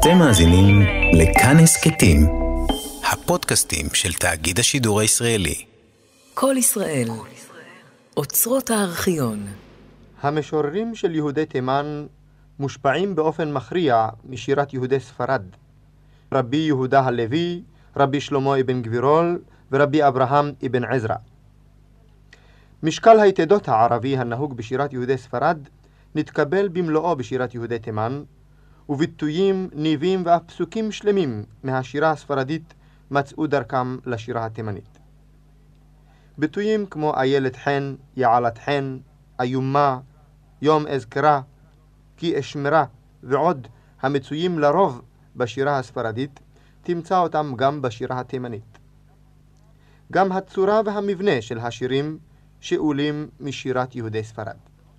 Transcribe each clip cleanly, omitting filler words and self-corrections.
אתם מאזינים לכאן הסכתים, הפודקאסטים של תאגיד השידור הישראלי. כל ישראל, אוצרות הארכיון. המשוררים של יהודי תימן מושפעים באופן מכריע משירת יהודי ספרד. רבי יהודה הלוי, רבי שלמה אבן גבירול ורבי אברהם אבן עזרא. משקל היתדות הערבי הנהוג בשירת יהודי ספרד נתקבל במלואו בשירת יהודי תימן, וביטויים, ניבים ואף פסוקים שלמים מהשירה הספרדית מצאו דרכם לשירה התימנית. ביטויים כמו איילת חן, יעלת חן, איומה, יום אזכרה, כי אשמרה ועוד המצויים לרוב בשירה הספרדית, תמצא אותם גם בשירה התימנית. גם הצורה והמבנה של השירים שאולים משירת יהודי ספרד.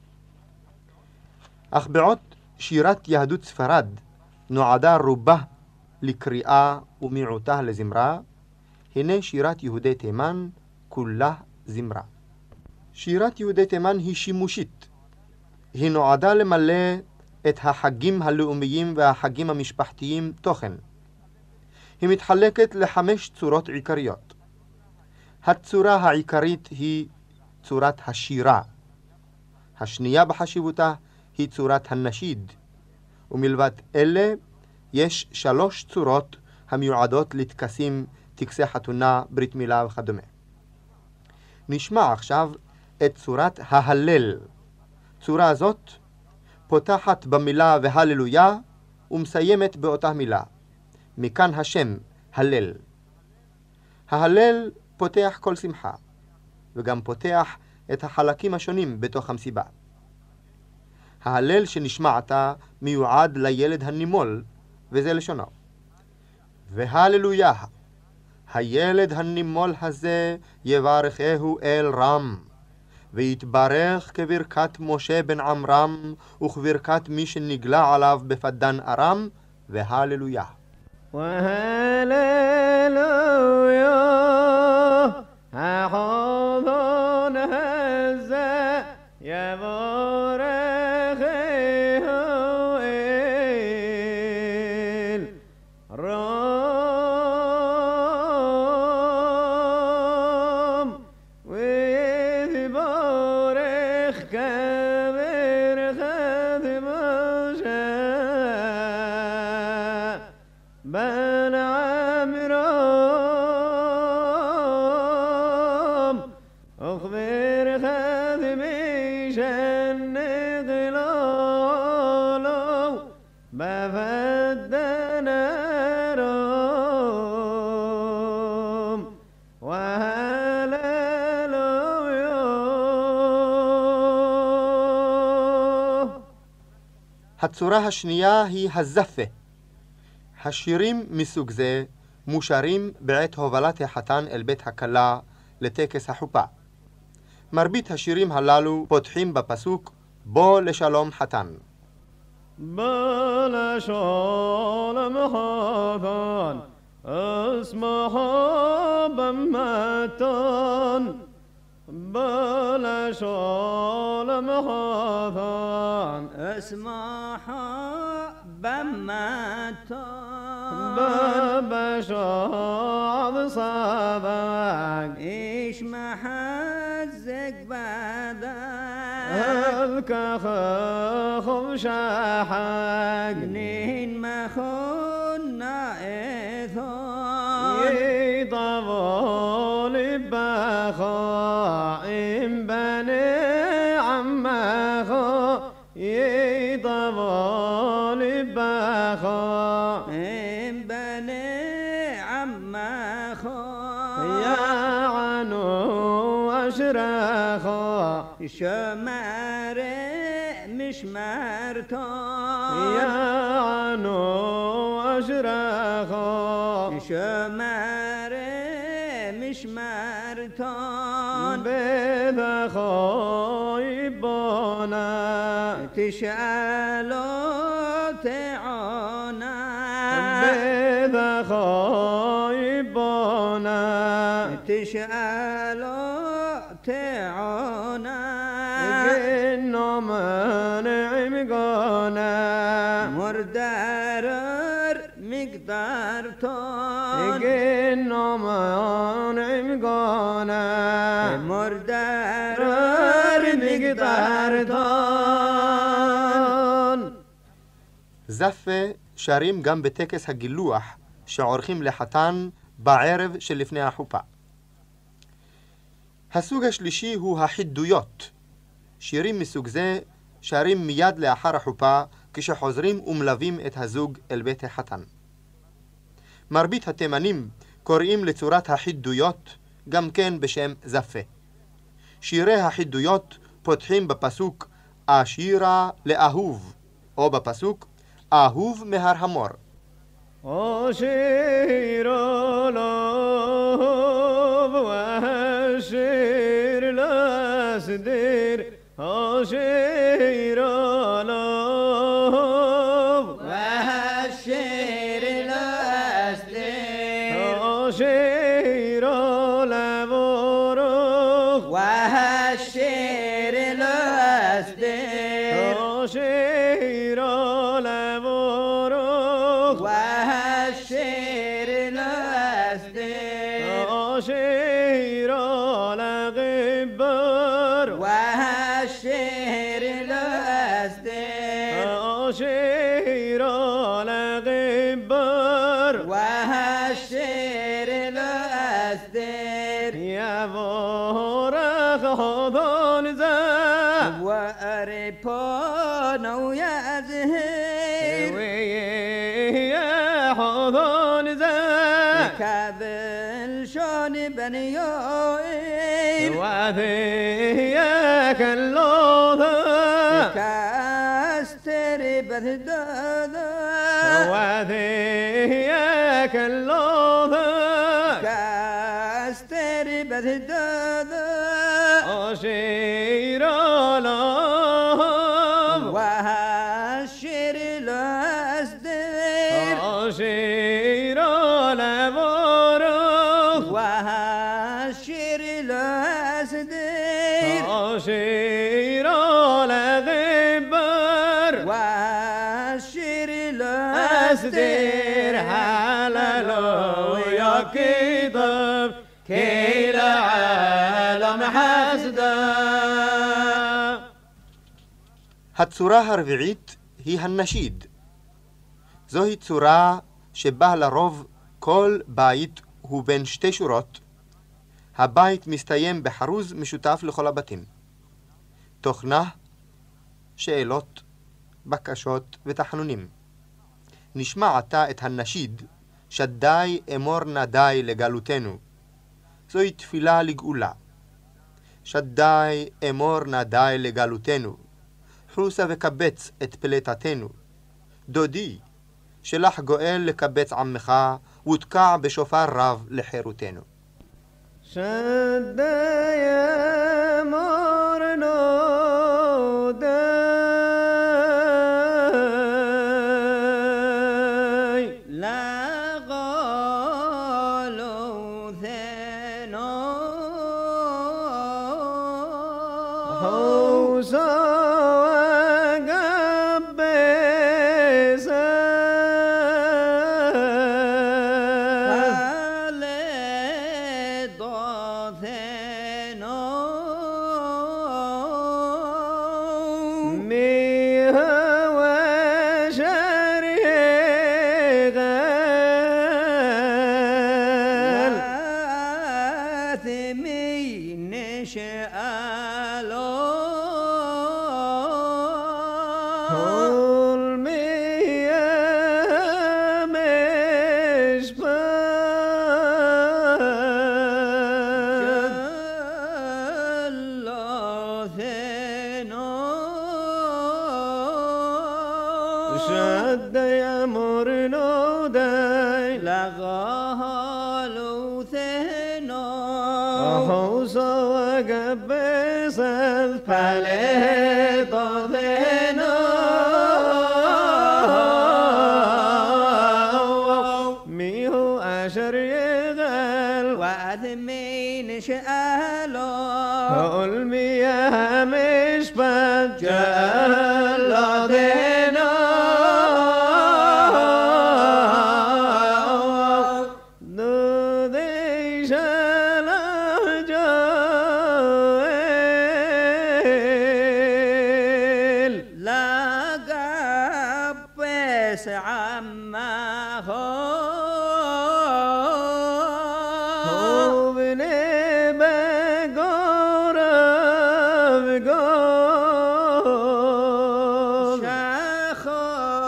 אך בעוד שירת יהדות ספרד נועדה רובה לקריאה ומיעוטה לזמרה, הנה שירת יהודי תימן כולה זמרה. שירת יהודי תימן היא שימושית. היא נועדה למלא את החגים הלאומיים והחגים המשפחתיים תוכן. היא מתחלקת לחמש צורות עיקריות. הצורה העיקרית היא צורת השירה. השנייה בחשיבותה היא צורת הנשיד. ומלבד אלה יש 3 צורות המיועדות לטקסים, טקסי חתונה, ברית מילה וכדומה. נשמע עכשיו את צורת ההלל. צורה זאת פותחת במילה והללויה ומסיימת באותה מילה. מכאן השם הלל. ההלל פותח כל שמחה, וגם פותח את החלקים השונים בתוך המסיבה. ההלל שנשמע עתה מיועד לילד הנימול, וזה לשונו. והללויה, הילד הנימול הזה יברכהו אל רם, ויתברך כברכת משה בן עמרם, וכברכת מי שנגלה עליו בפדן ארם, והללויה. והללויה, החודון הזה יבורכהו אל רם, ויתברך כברכת משה בן עמרם, וכברכת מי שנגלה לו בפדן ארם, והללויה. הצורה השנייה היא הזפה. השירים מסוג זה מושרים בעת הובלת החתן אל בית הכלה לטקס החופה. מרבית השירים הללו פותחים בפסוק בוא לשלום חתן. בוא לשלום חתן, אשמחה במתן. בוא לשלום חתן, أسمعها بمتان ببشاد صباك إيش محزك بدك هلك خخم شاحك نين مخنا إثان يطول بخائم بني عمخو يطول بخائم بني عمخو يا عنو أشرخو شماري مش مرتان يا عنو أشرخو شماري مش مرتان بذخايبنا تشعلوا تعانا بذخايبنا تشعلوا تعانا جنو منع مقانا مردا مقدار تون گنامان امگانه مردار مقدار تون. זפה שרים גם בטקס הגילוח שעורכים לחתן בערב שלפני החופה. הסוג השלישי הוא החידויות. שירים מסוג זה שרים מיד לאחר החופה כשחוזרים ומלווים את הזוג אל בית החתן. מרבית התימנים קוראים לצורת החידויות גם כן בשם זפה. שירי החידויות פותחים בפסוק אשירה לאהוב, או בפסוק אהוב מהר המור. أشير لوب وأشير لأسدير أشير لوب وهالشير الأسدير أشير لبروخ وهالشير الأسدير أشير لبروخ وهالشير الأسدير أشير لغبر وهالشير الأسدير أشير لغبر وهالشير الأسدير يا بورخ حضن زه وأريبون ويزهر ويا حضن زه كابل شون بنيوئيل وذيك اللوذة كاستر بثدادا وذيك اللوذة كاستر بثدادا أشير لهم وهالشير الأسدير أشير لبروخ وهالشير الأسدير أشير لغبر وهالشير أسدير الأسدير هللويا كذب كل عالم حسدا. הצורה הרביעית היא הנשיד. זוהי צורה שבה לרוב כל בית הוא בין שתי שורות. הבית מסתיים בחרוז משותף לכל הבתים. תוכנה, שאלות, בקשות ותחנונים. נשמע עתה את הנשיד, שדי אמור נדי לגלותנו. זוהי תפילה לגאולה. שדי אמור נדי לגלותנו. חוסה וקבץ את פלטתנו. דודי, שלח גואל לקבץ עמך, ותקע בשופר רב לחירותנו. شد يمر نوداي لا غالوا ثنو حوسا شد يمر نوداي لغالوا ثنو حوسا وقبس الفليط ثنو ميهو أشر يغل وأثمين شألو قل مياه مشبت جل ثنو לחפש עמך ובני בגור וגור שכו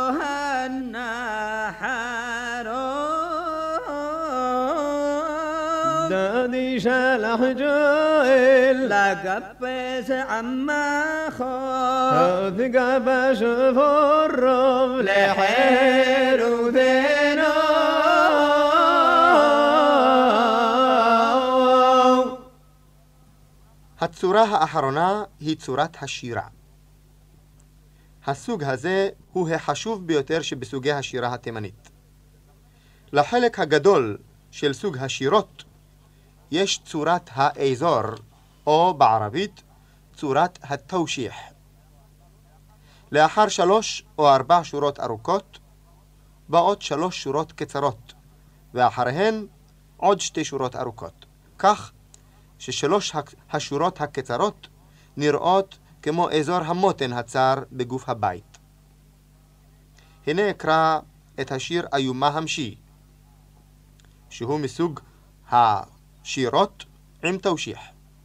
הנחרות דדי שלח ג'ואל לחפש עמך תגבש פורוב לחירותנו הצורה האחרונה היא צורת השירה. הסוג הזה הוא החשוב ביותר שבסוגי השירה התימנית. לחלק הגדול של סוג השירות יש צורת האזור, או בערבית צורת התושיח. לאחר 3 או 4 שורות ארוכות באות 3 שורות קצרות, ואחריהן עוד 2 שורות ארוכות. כך ש3 השורות הקצרות נראות כמו אזור המותן הצר בגוף הבית. הנה אקרא את השיר איומה המשי, שהוא מסוג השירות עם תושיח.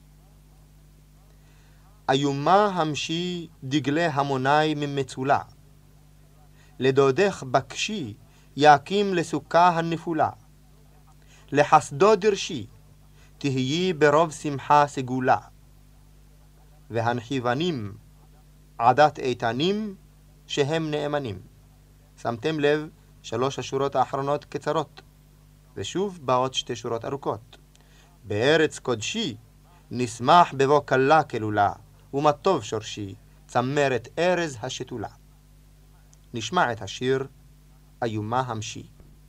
איומה המשי דגלי המוני ממצולה, לדודך בקשי יקים לסוכה הנפולה, לחסדו דרשי תהיי ברוב שמחה סגולה, והנחיבנים עדת איתנים שהם נאמנים. שמתם לב 3 השורות האחרונות קצרות, ושוב באות 2 שורות ארוכות. בארץ קודשי נשמח בבוא קלה כלולה, ומה טוב שורשי צמרת ארז השתולה. נשמע את השיר איומה המשי.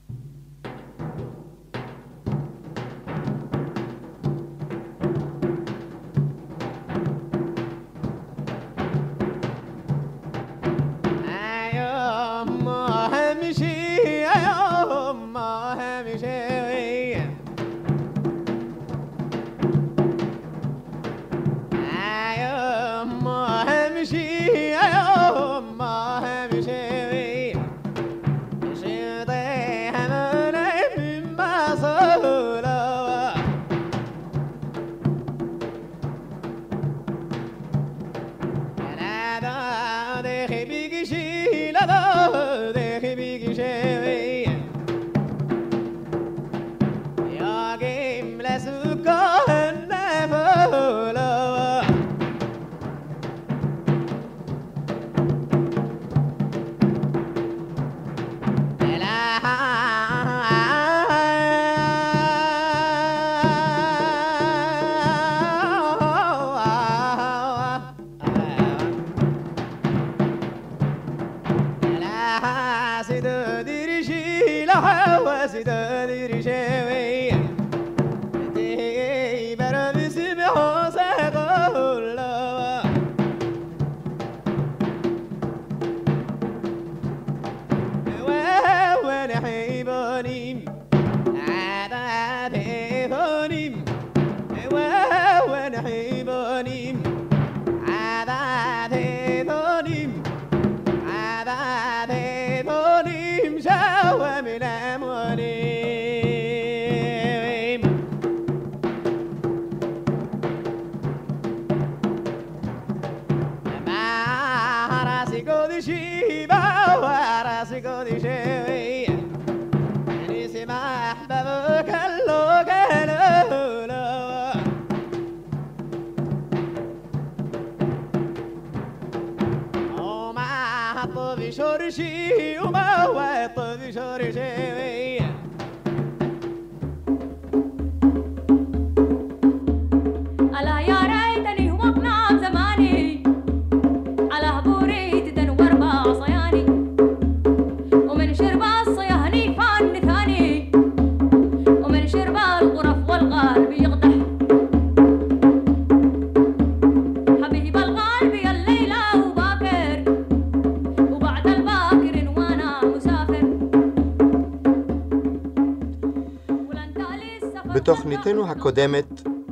בתוכניתנו הקודמת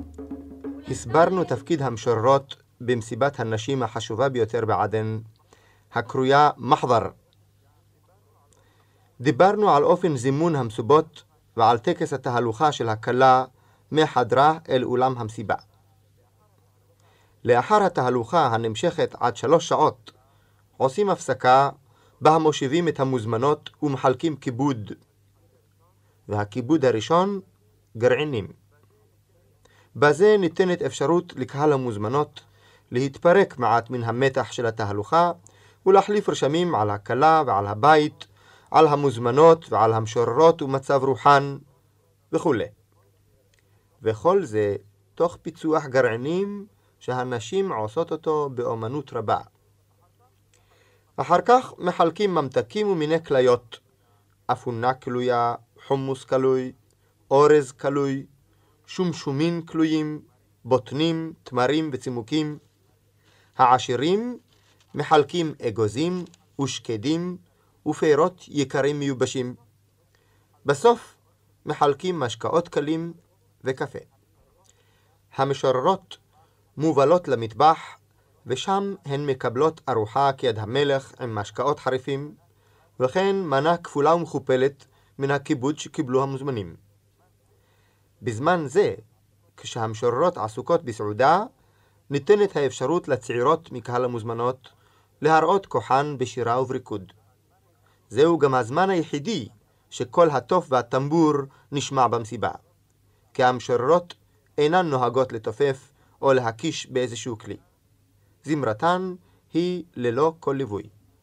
הסברנו תפקיד המשוררות במסיבת הנשים החשובה ביותר בעדן, הקרויה מחבר. דיברנו על אופן זימון המסובות ועל טקס התהלוכה של הכלה מחדרה אל אולם המסיבה. לאחר התהלוכה הנמשכת עד 3 שעות, עושים הפסקה בה מושיבים את המוזמנות ומחלקים כיבוד. והכיבוד הראשון, גרעינים. בזה ניתנת אפשרות לקהל המוזמנות להתפרק מעט מן המתח של התהלוכה ולהחליף רשמים על הכלה ועל הבית, על המוזמנות ועל המשוררות ומצב רוחן וכו'. וכל זה תוך פיצוח גרעינים שהנשים עושות אותו באומנות רבה. אחר כך מחלקים ממתקים ומיני כליות, אפונה כלויה, חומוס כלוי, אורז כלוי, שומשומים כלויים, בוטנים, תמרים וצימוקים. העשירים מחלקים אגוזים ושקדים ופירות יקרים מיובשים. בסוף מחלקים משקאות קלים וקפה. המשוררות מובלות למטבח, ושם הן מקבלות ארוחה כיד המלך עם משקאות חריפים, וכן מנה כפולה ומכופלת מן הכיבוד שקיבלו המוזמנים. בזמן זה, כשהמשוררות עסוקות בסעודה, ניתנת האפשרות לצעירות מקהל המוזמנות להראות כוחן בשירה ובריקוד. זהו גם הזמן היחידי שכל הטוף והטמבור נשמע במסיבה, כי המשוררות אינן נוהגות לתופף או להקיש באיזשהו כלי. זמרתן היא ללא כל ליווי.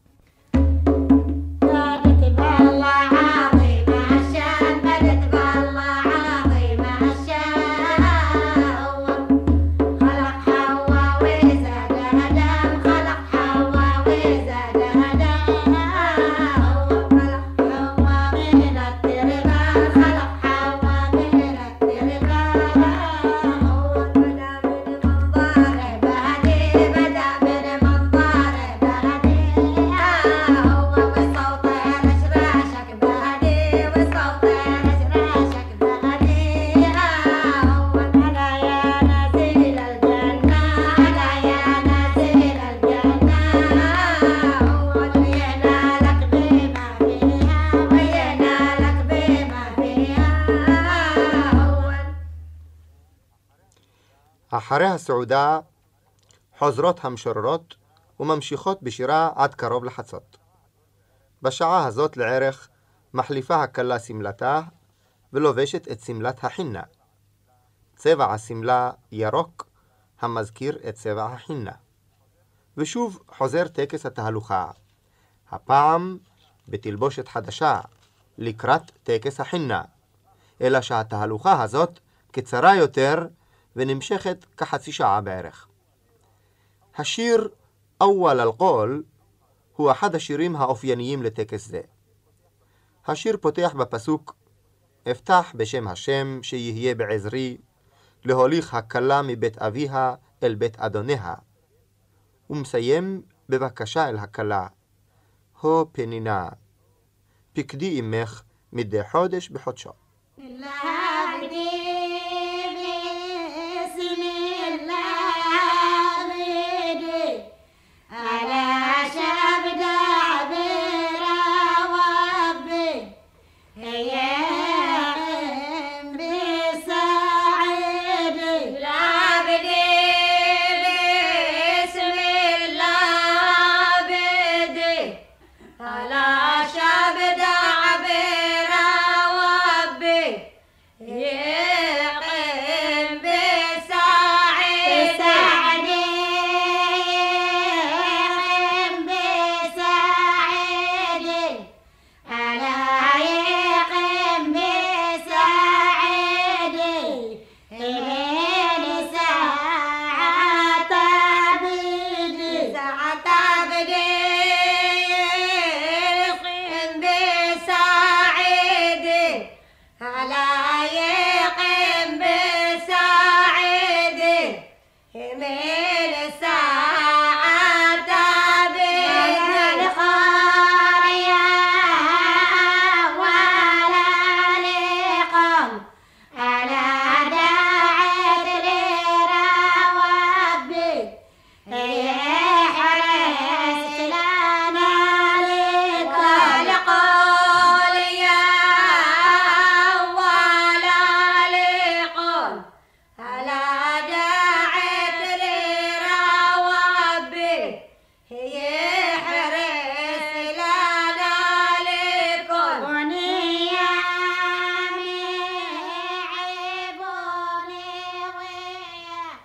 אחרי הסעודה חוזרות המשוררות וממשיכות בשירה עד קרוב לחצות. בשעה הזאת לערך מחליפה הכלה סמלתה ולובשת את סמלת החינה. צבע הסמלה ירוק המזכיר את צבע החינה. ושוב חוזר טקס התהלוכה, הפעם בתלבושת חדשה לקראת טקס החינה, אלא שהתהלוכה הזאת קצרה יותר ונמשכת כחצי שעה בערך. השיר אוול אל-קול הוא אחד השירים האופייניים לטקס זה. השיר פותח בפסוק אפתח בשם השם שיהיה בעזרי, להוליך הכלה מבית אביה אל בית אדוניה, ומסיים בבקשה אל הכלה, הו פנינה, פקדי אמך מדי חודש בחודשו.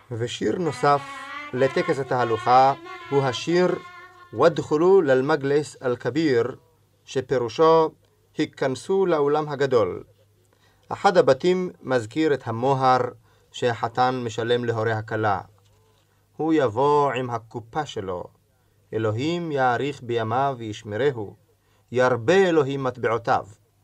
ושיר נוסף לטקס התהלוכה הוא השיר ודחולו ללמגלס אל-כביר, שפירושו היכנסו לאולם הגדול. אחד הבתים מזכיר את המוהר שהחתן משלם להורי הכלה. הוא יבוא עם הקופה שלו. אלוהים יאריך בימיו וישמרהו, ירבה אלוהים מטבעותיו.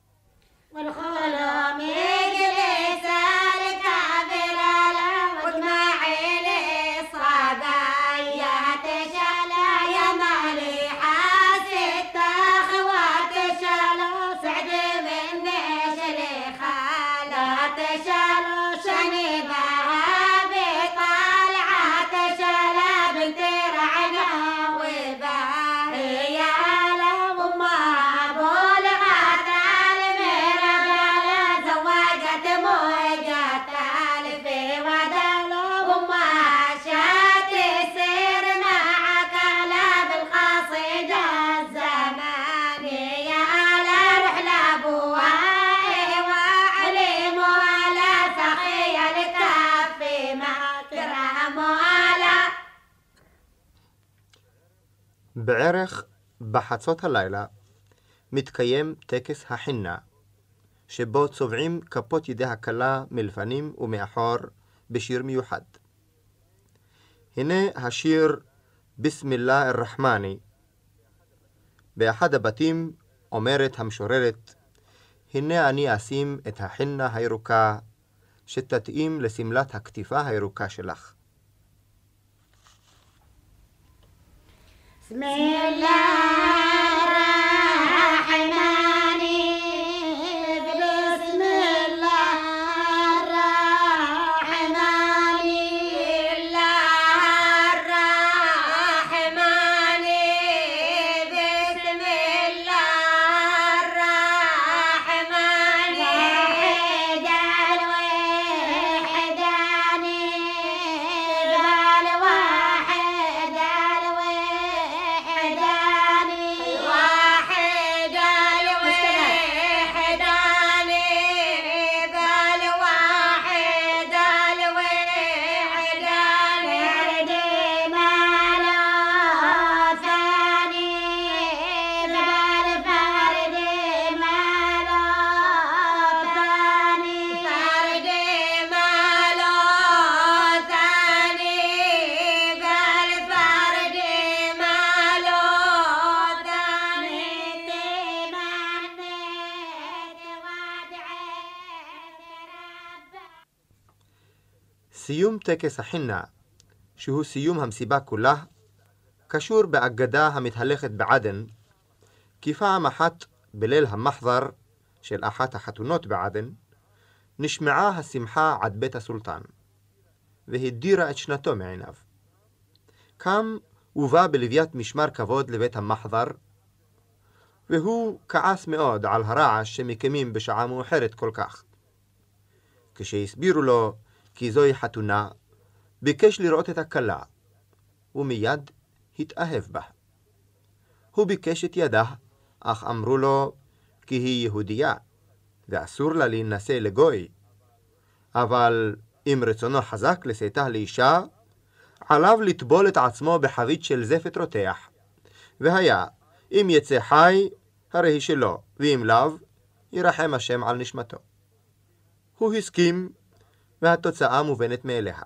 בערך בחצות הלילה מתקיים טקס החינה, שבו צובעים כפות ידי הכלה מלפנים ומאחור בשיר מיוחד. הנה השיר ביסמילה אל-רחמני. באחד הבתים אומרת המשוררת, הנה אני אשים את החינה הירוקה שתתאים לסמלת הכתיפה הירוקה שלך. بسم الله الرحمن بسم الله الرحمن الله الرحمن بسم الله الرحمن وحد الوحدان بالواحد סיום טקס החינה, שהוא סיום המסיבה כולה, קשור באגדה המתהלכת בעדן, כי פעם אחת בליל המחזר של אחת החתונות בעדן, נשמעה השמחה עד בית הסולטן, והדירה את שנתו מעיניו. קם ובא בלוויית משמר כבוד לבית המחזר, והוא כעס מאוד על הרעש שמקימים בשעה מאוחרת כל כך. כשהסבירו לו כי זוהי חתונה, ביקש לראות את הכלה, ומיד התאהב בה. הוא ביקש את ידה, אך אמרו לו כי היא יהודייה, ואסור לה להינשא לגוי. אבל אם רצונו חזק לשאתה לאישה, עליו לטבול את עצמו בחבית של זפת רותח. והיה, אם יצא חי, הרי היא שלו, ואם לאו, ירחם השם על נשמתו. הוא הסכים, והתוצאה מובנת מאליה.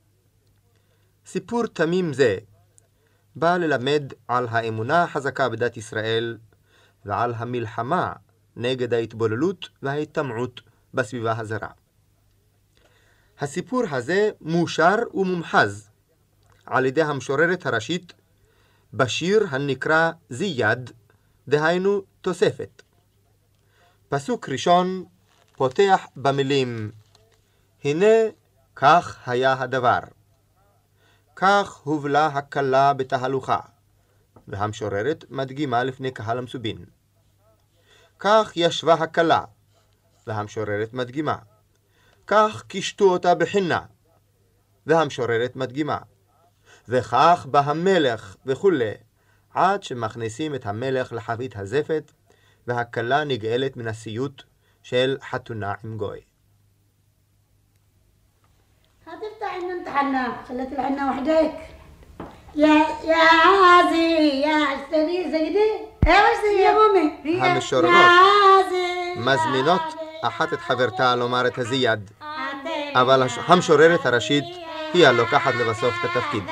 סיפור תמים זה בא ללמד על האמונה החזקה בדת ישראל ועל המלחמה נגד ההתבוללות וההתטמעות בסביבה הזרה. הסיפור הזה מושר ומומחז על ידי המשוררת הראשית בשיר הנקרא זיד, דהיינו תוספת. פסוק ראשון פותח במילים הנה כך היה הדבר, כך הובלה הכלה בתהלוכה, והמשוררת מדגימה לפני קהל המסובין. כך ישבה הכלה, והמשוררת מדגימה. כך קישטו אותה בחינה, והמשוררת מדגימה. וכך בא המלך וכו', עד שמכניסים את המלך לחבית הזפת, והכלה נגאלת מן הסיוט של חתונה עם גוי. هتفتح ان انت حنا خلت الحنا وحدك يا عازي يا اشتري زيدي ايش يا امي המשוררות מזמינות אחת את חברתה לומר את הזיד, אבל המשוררת הראשית היא הלוקחת לבסוף את התפקיד.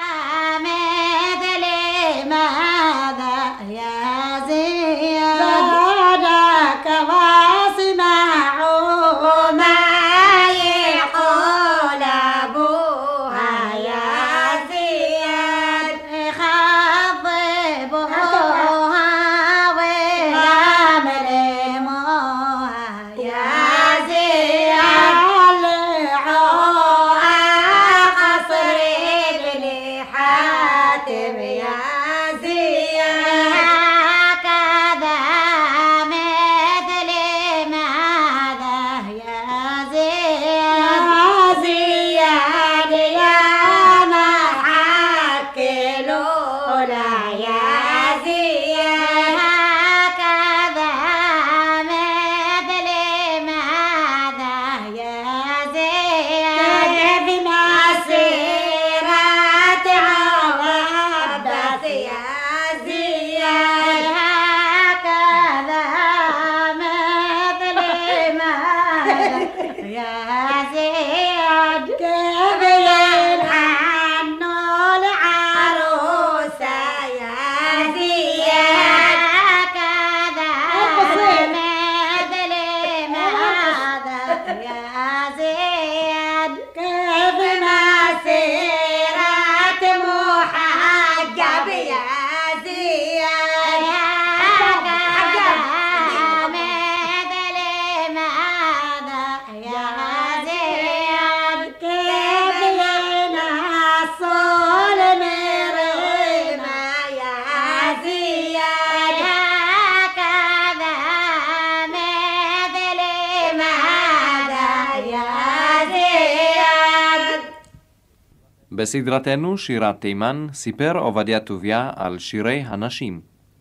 בסדרתנו שירת תימן סיפר עובדיה טוביה על שירי הנשים.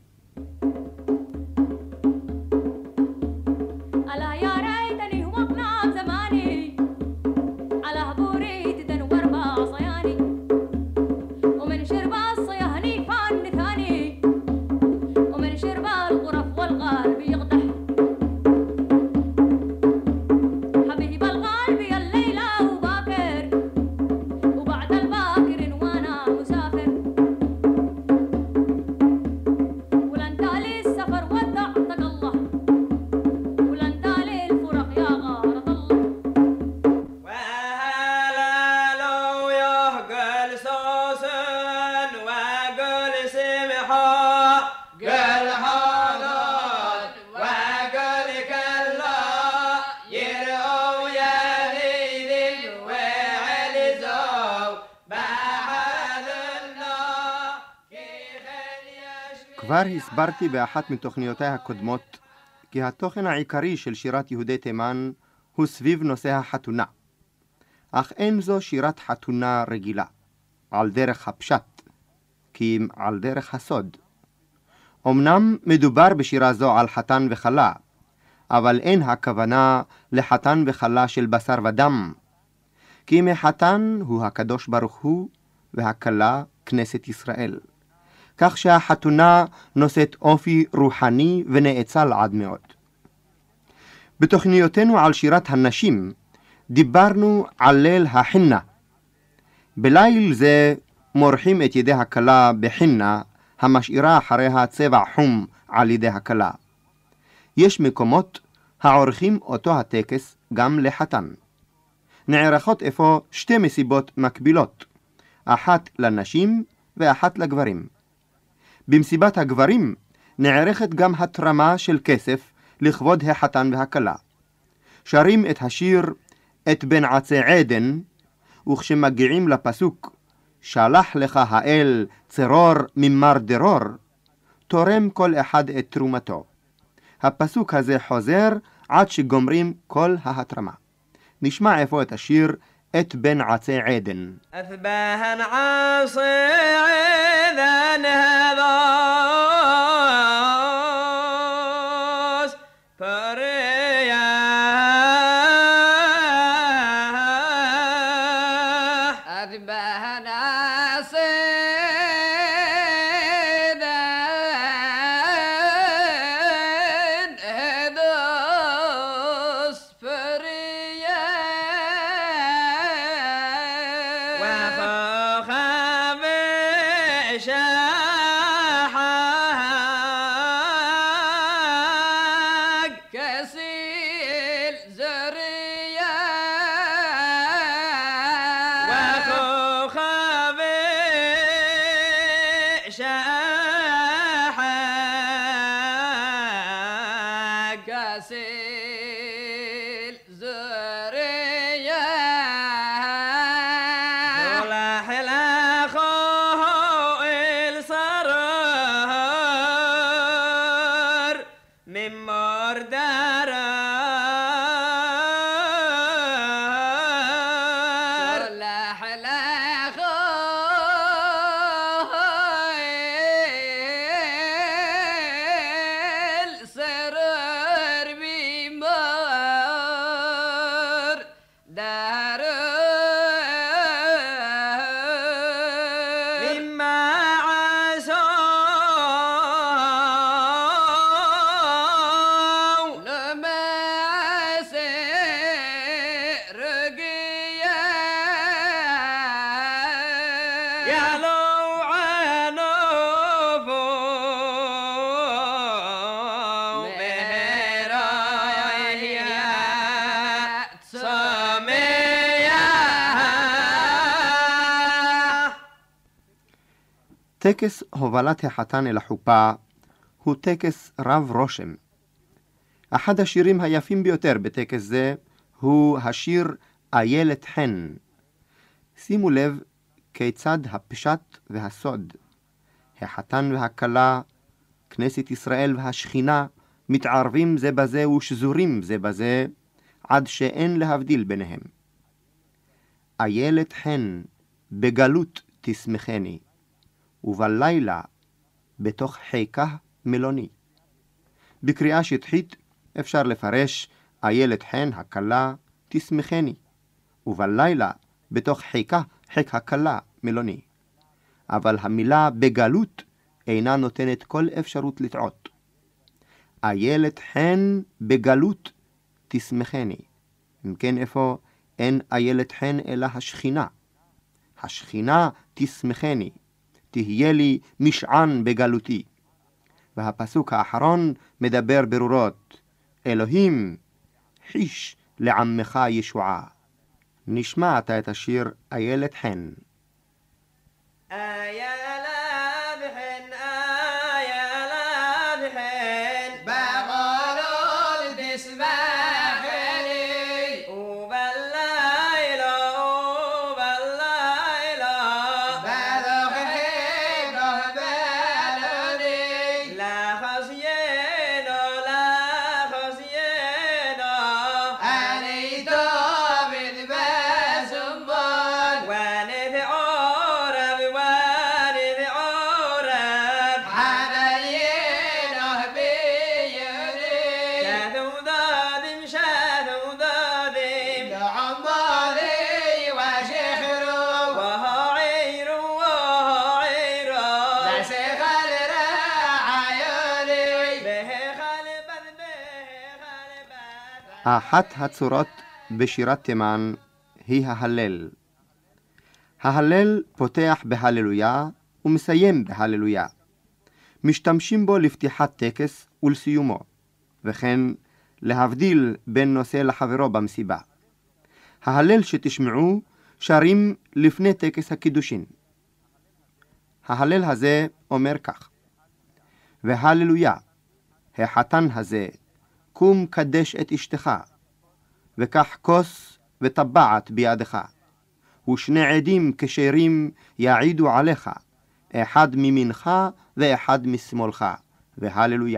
כבר הסברתי באחת מתוכניותיי הקודמות כי התוכן העיקרי של שירת יהודי תימן הוא סביב נושא החתונה. אך אין זו שירת חתונה רגילה, על דרך הפשט, כי אם על דרך הסוד. אמנם מדובר בשירה זו על חתן וחלה, אבל אין הכוונה לחתן וחלה של בשר ודם, כי מחתן הוא הקדוש ברוך הוא והכלה כנסת ישראל. כך שהחתונה נושאת אופי רוחני ונאצל עד מאוד. בתוכניותינו על שירת הנשים דיברנו על ליל החינה. בליל זה מורחים את ידי הכלה בחינה המשאירה אחריה צבע חום על ידי הכלה. יש מקומות העורכים אותו הטקס גם לחתן. נערכות אפוא שתי מסיבות מקבילות, אחת לנשים ואחת לגברים. במסיבת הגברים נערכת גם התרמה של כסף לכבוד החתן והכלה. שרים את השיר את בן עצי עדן, וכשמגיעים לפסוק שלח לך האל צרור ממר דרור, תורם כל אחד את תרומתו. הפסוק הזה חוזר עד שגומרים כל ההתרמה. נשמע איפה את השיר את בן עצי עדן. أثباهن عصيذن هذاس فريا كسيل زريا وخو خابي شاحا كسيل زريا ولاح الأخو الصرار من مردارا ولاح الأخو الصرار بمر دار مما عصوا لما عسير رقيا يعلو عنوبو مهرايا صميا טקס הובלת החתן אל החופה הוא טקס רב רושם. אחד השירים היפים ביותר בטקס זה הוא השיר איילת חן. שימו לב כיצד הפשט והסוד, החתן והכלה, כנסת ישראל והשכינה, מתערבים זה בזה ושזורים זה בזה, עד שאין להבדיל ביניהם. איילת חן, בגלות תשמחני, ובלילה בתוך חיקה מלוני. בקריאה שטחית אפשר לפרש איילת חן הכלה תשמחני, ובלילה בתוך חיקה חיק הכלה מלוני. אבל המילה בגלות אינה נותנת כל אפשרות לטעות. איילת חן בגלות תשמחני. אם כן איפה אין איילת חן אלא השכינה. השכינה תשמחני, תהיה לי משען בגלותי. והפסוק האחרון מדבר ברורות, אלוהים חיש לעמך ישועה. נשמע עתה את השיר איילת חן. אחת הצורות בשירת תימן היא ההלל. ההלל פותח בהללויה ומסיים בהללויה. משתמשים בו לפתיחת טקס ולסיומו, וכן להבדיל בין נושא לחברו במסיבה. ההלל שתשמעו שרים לפני טקס הקידושין. ההלל הזה אומר כך: והללויה, החתן הזה, קום קדש את אשתך, וקח כוס וטבעת בידך, ושני עדים כשרים יעידו עליך, אחד ממינך ואחד משמאלך, והללויה.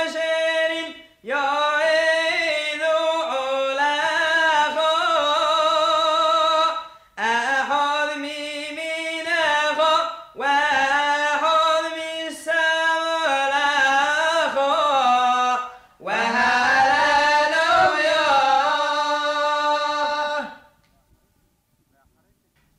يعيد علاخ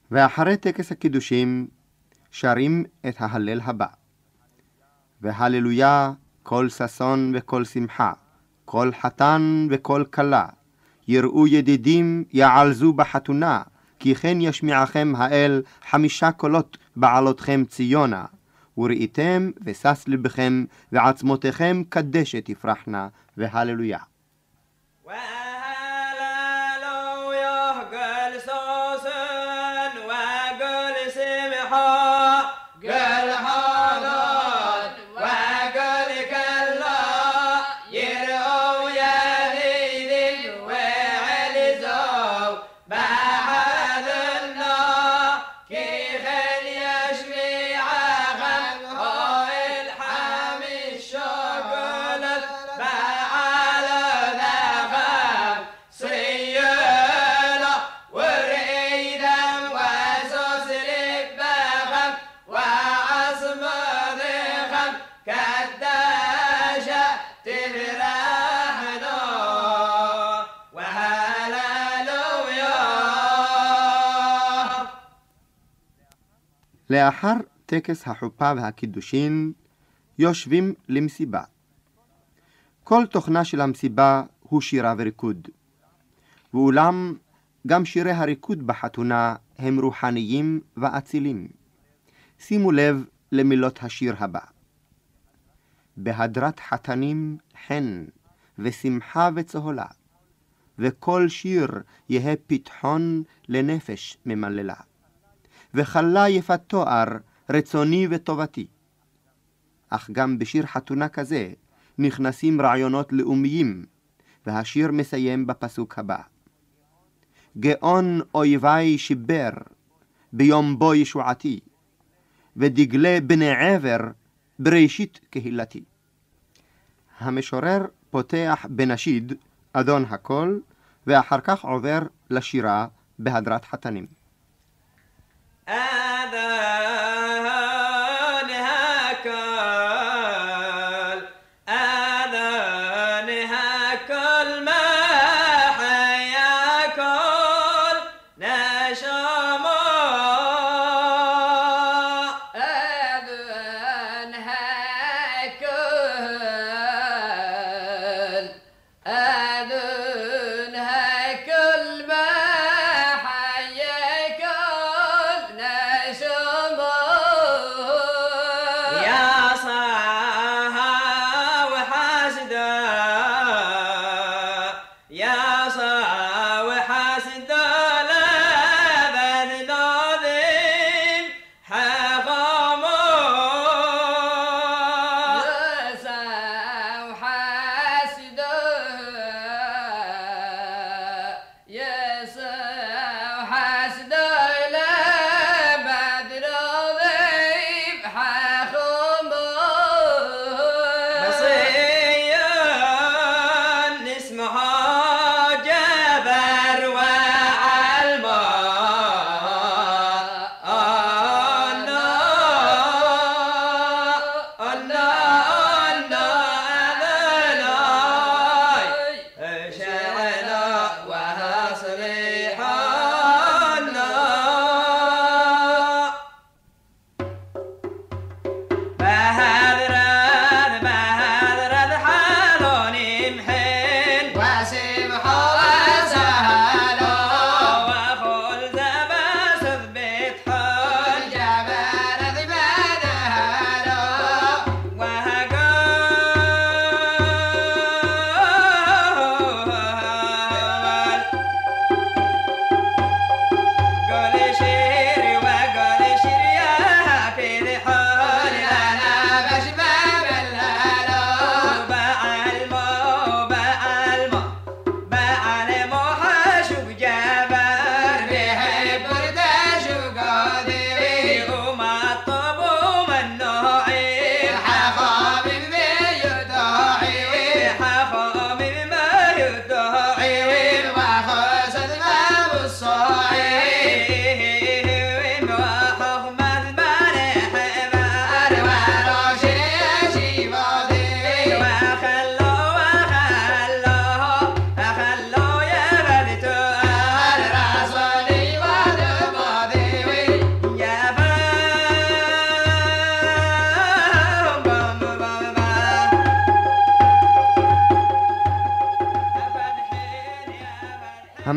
ואחרי טקס הקידושים שרים את ההלל הבא: והללויה כל ששון וכל שמחה, כל חתן וכל כלה, יראו ידידים יעלזו בחתונה, כי כן ישמיעכם האל 5 קולות בעלותכם ציונה, וראיתם ושש לבכם ועצמותיכם קדשת תפרחנה, והללויה. לאחר טקס החופה והקידושין יושבים למסיבה. כל תוכנה של המסיבה הוא שירה וריקוד. ואולם גם שירי הריקוד בחתונה הם רוחניים ואצילים. שימו לב למילות השיר הבא: בהדרת חתנים חן ושמחה וצהולה, וכל שיר יהא פתחון לנפש ממללה. וחלה יפת תואר רצוני וטובתי. אך גם בשיר חתונה כזה נכנסים רעיונות לאומיים, והשיר מסיים בפסוק הבא: גאון אויבי שיבר ביום בו ישועתי, ודגלי בני עבר בראשית קהילתי. המשורר פותח בנשיד אדון הכל, ואחר כך עובר לשירה בהדרת חתנים. يا صاوي حاسد لا بد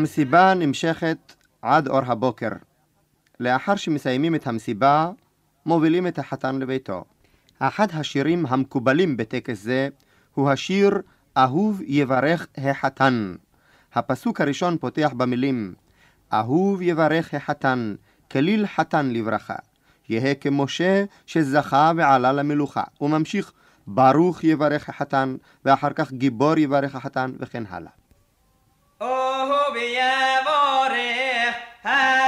המסיבה נמשכת עד אור הבוקר. לאחר שמסיימים את המסיבה, מובילים את החתן לביתו. אחד השירים המקובלים בטקס זה הוא השיר אהוב יברך החתן. הפסוק הראשון פותח במילים אהוב יברך החתן, כליל חתן לברכה. יהא כמשה שזכה ועלה למלוכה. הוא ממשיך ברוך יברך החתן, ואחר כך גיבור יברך החתן, וכן הלאה. אהוב יברך